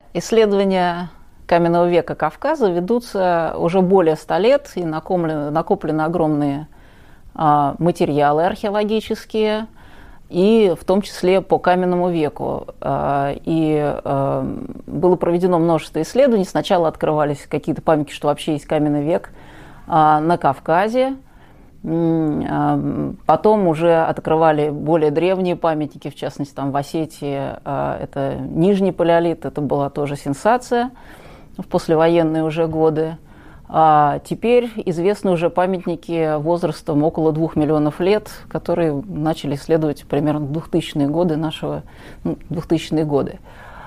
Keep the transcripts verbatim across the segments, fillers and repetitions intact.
Исследования каменного века Кавказа ведутся уже более ста лет, и накоплены, накоплены огромные а, материалы археологические, и в том числе по каменному веку. А, и а, было проведено множество исследований. Сначала открывались какие-то памятники, что вообще есть каменный век а, на Кавказе. Потом уже открывали более древние памятники, в частности, там в Осетии это Нижний палеолит, это была тоже сенсация в послевоенные уже годы. А теперь известны уже памятники возрастом около двух миллионов лет, которые начали исследовать примерно двухтысячные годы нашего, ну, двухтысячные годы.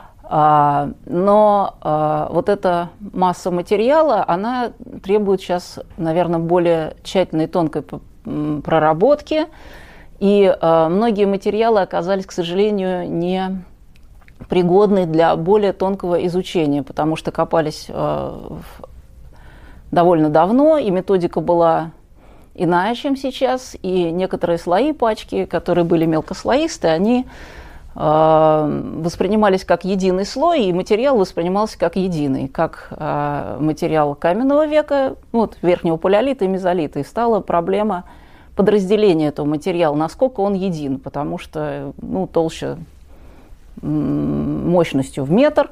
Но вот эта масса материала, она требует сейчас, наверное, более тщательной и тонкой проработки. И многие материалы оказались, к сожалению, не пригодны для более тонкого изучения, потому что копались довольно давно, и методика была иная, чем сейчас. И некоторые слои пачки, которые были мелкослоистые, они воспринимались как единый слой, и материал воспринимался как единый, как э, материал каменного века, вот, верхнего палеолита и мезолита. И стала проблема подразделения этого материала, насколько он един, потому что ну, толще мощностью в метр,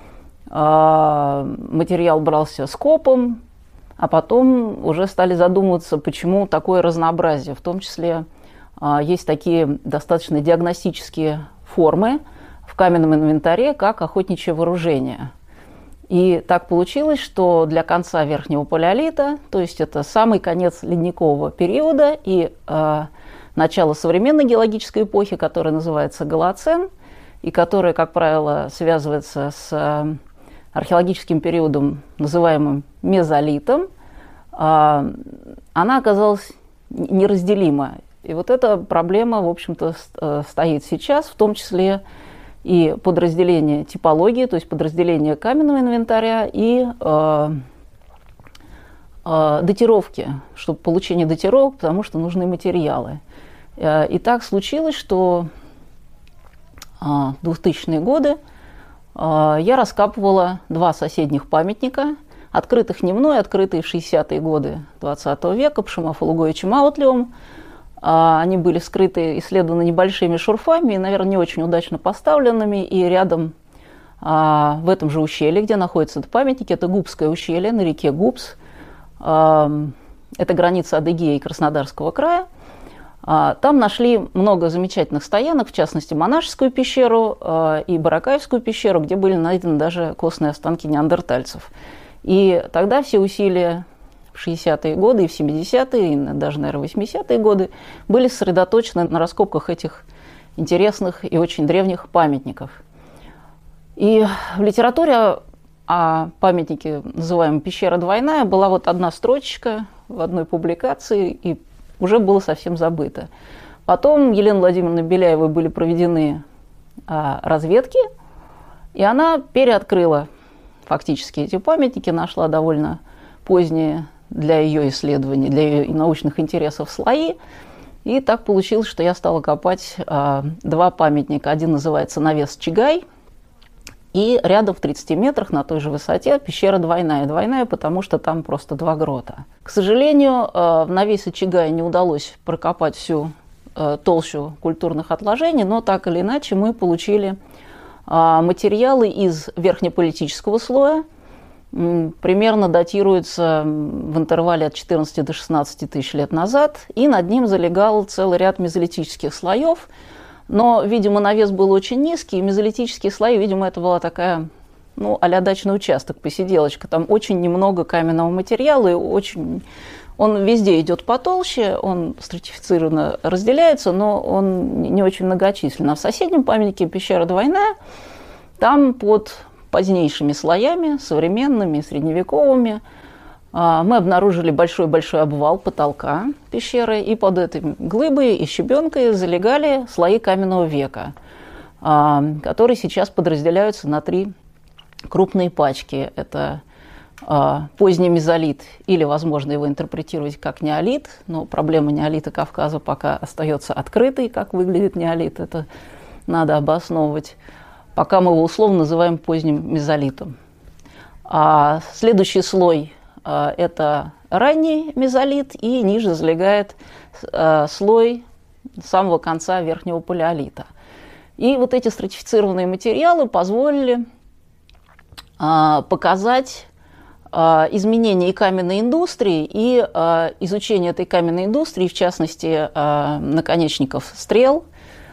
э, материал брался скопом, а потом уже стали задумываться, почему такое разнообразие. В том числе э, есть такие достаточно диагностические формы в каменном инвентаре, как охотничье вооружение. И так получилось, что для конца верхнего палеолита, то есть это самый конец ледникового периода и э, начало современной геологической эпохи, которая называется Голоцен, и которая, как правило, связывается с э, археологическим периодом, называемым мезолитом, э, она оказалась неразделима. И вот эта проблема, в общем-то, стоит сейчас, в том числе и подразделение типологии, то есть подразделение каменного инвентаря и э, э, датировки, чтобы получение датировок, потому что нужны материалы. И так случилось, что в двухтысячные годы э, я раскапывала два соседних памятника, открытых не мной, открытые в шестидесятые годы двадцатого века, Пшема-Фалугой и Чемаутлевым. Они были скрыты, исследованы небольшими шурфами, наверное, не очень удачно поставленными. И рядом, в этом же ущелье, где находятся эти памятники, это Губское ущелье на реке Губс. Это граница Адыгеи и Краснодарского края. Там нашли много замечательных стоянок, в частности, Монашескую пещеру и Баракаевскую пещеру, где были найдены даже костные останки неандертальцев. И тогда все усилия в шестидесятые годы и в семидесятые, и даже, наверное, в восьмидесятые годы были сосредоточены на раскопках этих интересных и очень древних памятников. И в литературе о памятнике, называемом «Пещера двойная», была вот одна строчечка в одной публикации, и уже было совсем забыто. Потом Еленой Владимировной Беляевой были проведены а, разведки, и она переоткрыла фактически эти памятники, нашла довольно поздние для ее исследований, для ее научных интересов слои. И так получилось, что я стала копать а, два памятника. Один называется «Навес Чигай», и рядом в тридцати метрах на той же высоте пещера двойная. Двойная, потому что там просто два грота. К сожалению, а, в навесе Чигай не удалось прокопать всю а, толщу культурных отложений, но так или иначе мы получили а, материалы из верхнеполитического слоя, примерно датируется в интервале от четырнадцати до шестнадцати тысяч лет назад, и над ним залегал целый ряд мезолитических слоев. Но, видимо, навес был очень низкий, и мезолитические слои, видимо, это была такая, ну, а-ля дачный участок, посиделочка. Там очень немного каменного материала, и очень... он везде идет потолще, он стратифицированно разделяется, но он не очень многочислен. А в соседнем памятнике пещера двойная, там под позднейшими слоями, современными, средневековыми, мы обнаружили большой-большой обвал потолка пещеры, и под этой глыбой и щебенкой залегали слои каменного века, которые сейчас подразделяются на три крупные пачки. Это поздний мезолит, или, возможно, его интерпретировать как неолит, но проблема неолита Кавказа пока остается открытой, как выглядит неолит, это надо обосновывать. пока мы его условно называем поздним мезолитом. А следующий слой – это ранний мезолит, и ниже залегает слой самого конца верхнего палеолита. И вот эти стратифицированные материалы позволили показать изменения и каменной индустрии, и изучение этой каменной индустрии, в частности, наконечников стрел.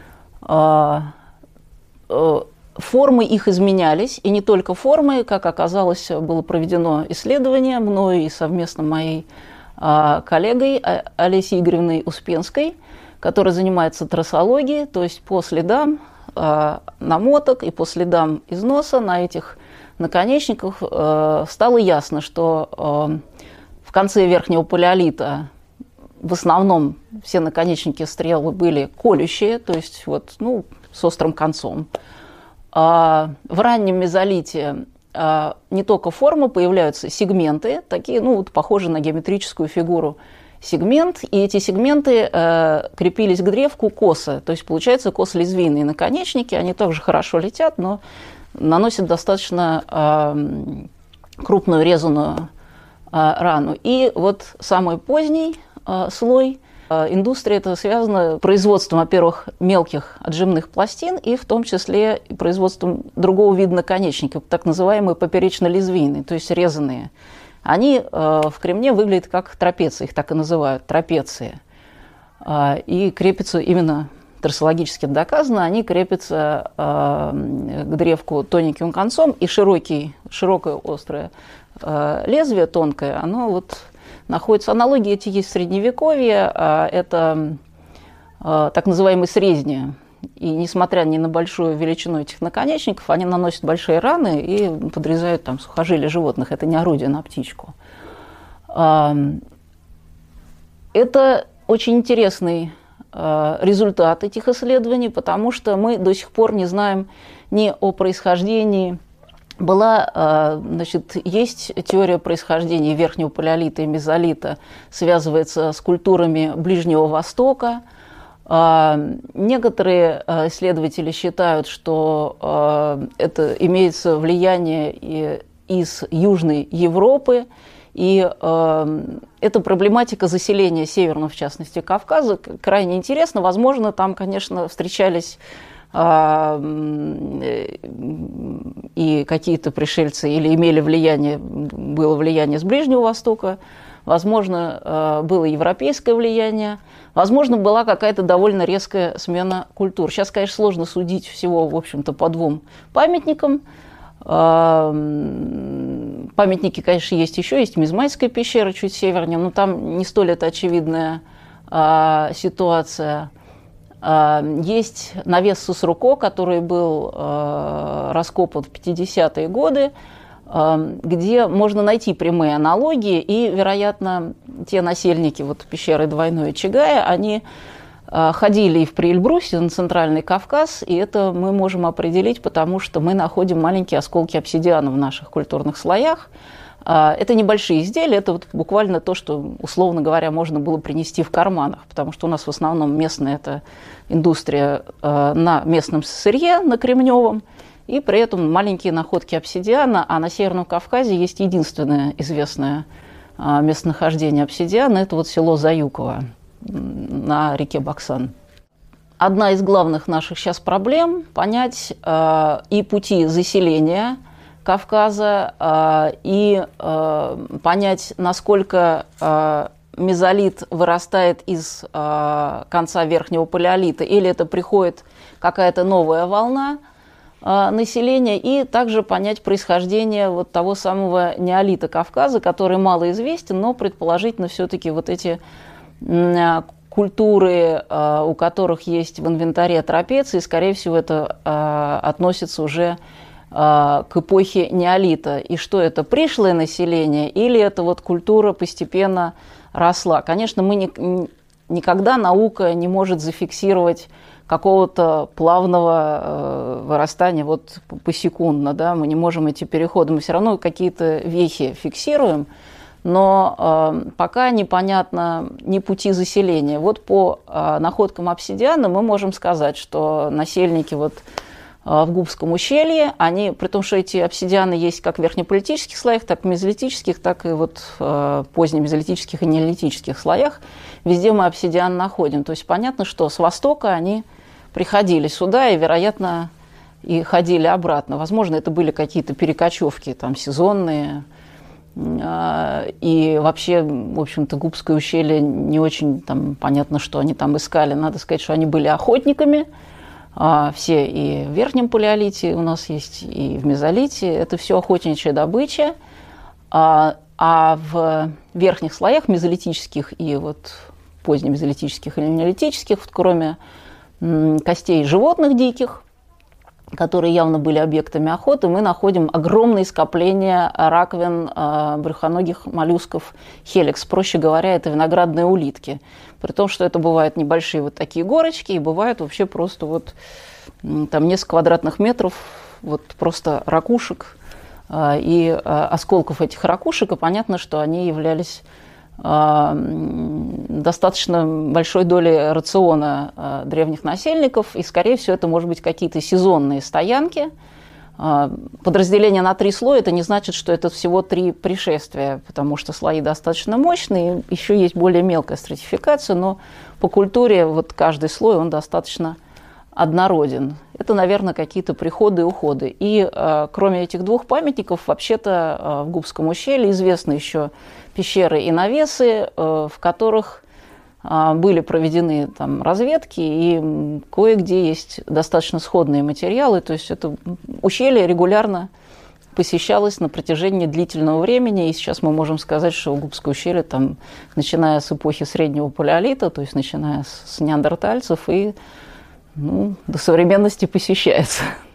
Формы их изменялись, и не только формы, как оказалось, было проведено исследование мною и совместно моей коллегой Олесей Игоревной Успенской, которая занимается трассологией, то есть по следам намоток и по следам износа на этих наконечниках стало ясно, что в конце верхнего палеолита в основном все наконечники стрел были колющие, то есть вот, ну, с острым концом. А в раннем мезолите а, не только формы, появляются сегменты, такие, ну, вот, похожие на геометрическую фигуру сегмент, и эти сегменты а, крепились к древку косо, то есть получается косо-лезвийные наконечники, они также хорошо летят, но наносят достаточно а, крупную резаную а, рану. И вот самый поздний а, слой индустрия, это связано с производством, во-первых, мелких отжимных пластин и в том числе и производством другого вида наконечников, так называемые поперечно-лезвийные, то есть резаные. Они в Кремне выглядят как трапеции, их так и называют, трапеции. И крепятся именно, трассологически доказано, они крепятся к древку тоненьким концом, и широкий, широкое острое лезвие, тонкое, оно вот находятся. Аналогии эти есть в Средневековье. Это так называемые срезни. И несмотря ни на большую величину этих наконечников, они наносят большие раны и подрезают там сухожилия животных. Это не орудие на птичку. Это очень интересный результат этих исследований, потому что мы до сих пор не знаем ни о происхождении. Была, значит, есть теория происхождения верхнего палеолита и мезолита, связывается с культурами Ближнего Востока. Некоторые исследователи считают, что это имеется влияние из Южной Европы, и эта проблематика заселения Северного, в частности, Кавказа, крайне интересна. Возможно, там, конечно, встречались и какие-то пришельцы или имели влияние, было влияние с Ближнего Востока, возможно, было европейское влияние, возможно, была какая-то довольно резкая смена культур. Сейчас, конечно, сложно судить всего, в общем-то, по двум памятникам. Памятники, конечно, есть еще, есть Мизмайская пещера чуть севернее, но там не столь это очевидная ситуация. Есть навес Сусруко, который был раскопан в пятидесятые годы, где можно найти прямые аналогии, и, вероятно, те насельники вот пещеры Двойной Чагая, они ходили и в Приэльбрус, и на Центральный Кавказ, и это мы можем определить, потому что мы находим маленькие осколки обсидиана в наших культурных слоях. Это небольшие изделия, это вот буквально то, что, условно говоря, можно было принести в карманах, потому что у нас в основном местная эта индустрия на местном сырье, на Кремневом, и при этом маленькие находки обсидиана, а на Северном Кавказе есть единственное известное местонахождение обсидиана, это вот село Заюково на реке Баксан. Одна из главных наших сейчас проблем – понять и пути заселения Кавказа, и понять, насколько мезолит вырастает из конца верхнего палеолита, или это приходит какая-то новая волна населения, и также понять происхождение вот того самого неолита Кавказа, который мало известен, но предположительно все-таки вот эти культуры, у которых есть в инвентаре трапеции, скорее всего, это относится уже к эпохе неолита. И что это, пришлое население или это вот культура постепенно росла? Конечно, мы не, никогда наука не может зафиксировать какого-то плавного вырастания вот посекундно, да? Мы не можем эти переходы, мы все равно какие-то вехи фиксируем, но э, пока непонятно ни пути заселения. Вот по э, находкам обсидиана мы можем сказать, что насельники вот в Губском ущелье. Они, при том, что эти обсидианы есть как в верхнеполитических слоях, так и в мезолитических, так и вот в позднемезолитических и неолитических слоях. Везде мы обсидиан находим. То есть понятно, что с востока они приходили сюда и, вероятно, и ходили обратно. Возможно, это были какие-то перекочевки там, сезонные. И вообще, в общем-то, Губское ущелье не очень там, понятно, что они там искали. Надо сказать, что они были охотниками. Все и в верхнем палеолите у нас есть, и в мезолите. Это все охотничья добыча. А, а в верхних слоях мезолитических и вот позднемезолитических или неолитических, вот, кроме м, костей животных диких, которые явно были объектами охоты, мы находим огромные скопления раковин э, брюхоногих моллюсков хеликс. Проще говоря, это виноградные улитки. При том, что это бывают небольшие вот такие горочки, и бывают вообще просто вот там несколько квадратных метров вот просто ракушек э, и э, осколков этих ракушек. И понятно, что они являлись достаточно большой долей рациона древних насельников, и, скорее всего, это может быть какие-то сезонные стоянки. Подразделение на три слоя – это не значит, что это всего три пришествия, потому что слои достаточно мощные, еще есть более мелкая стратификация, но по культуре вот каждый слой, он достаточно однороден. Это, наверное, какие-то приходы и уходы. И э, кроме этих двух памятников, вообще-то э, в Губском ущелье известны еще пещеры и навесы, э, в которых э, были проведены там разведки, и кое-где есть достаточно сходные материалы. То есть это ущелье регулярно посещалось на протяжении длительного времени, и сейчас мы можем сказать, что Губское ущелье, там, начиная с эпохи Среднего палеолита, то есть начиная с, с неандертальцев и ну, до современности посещается.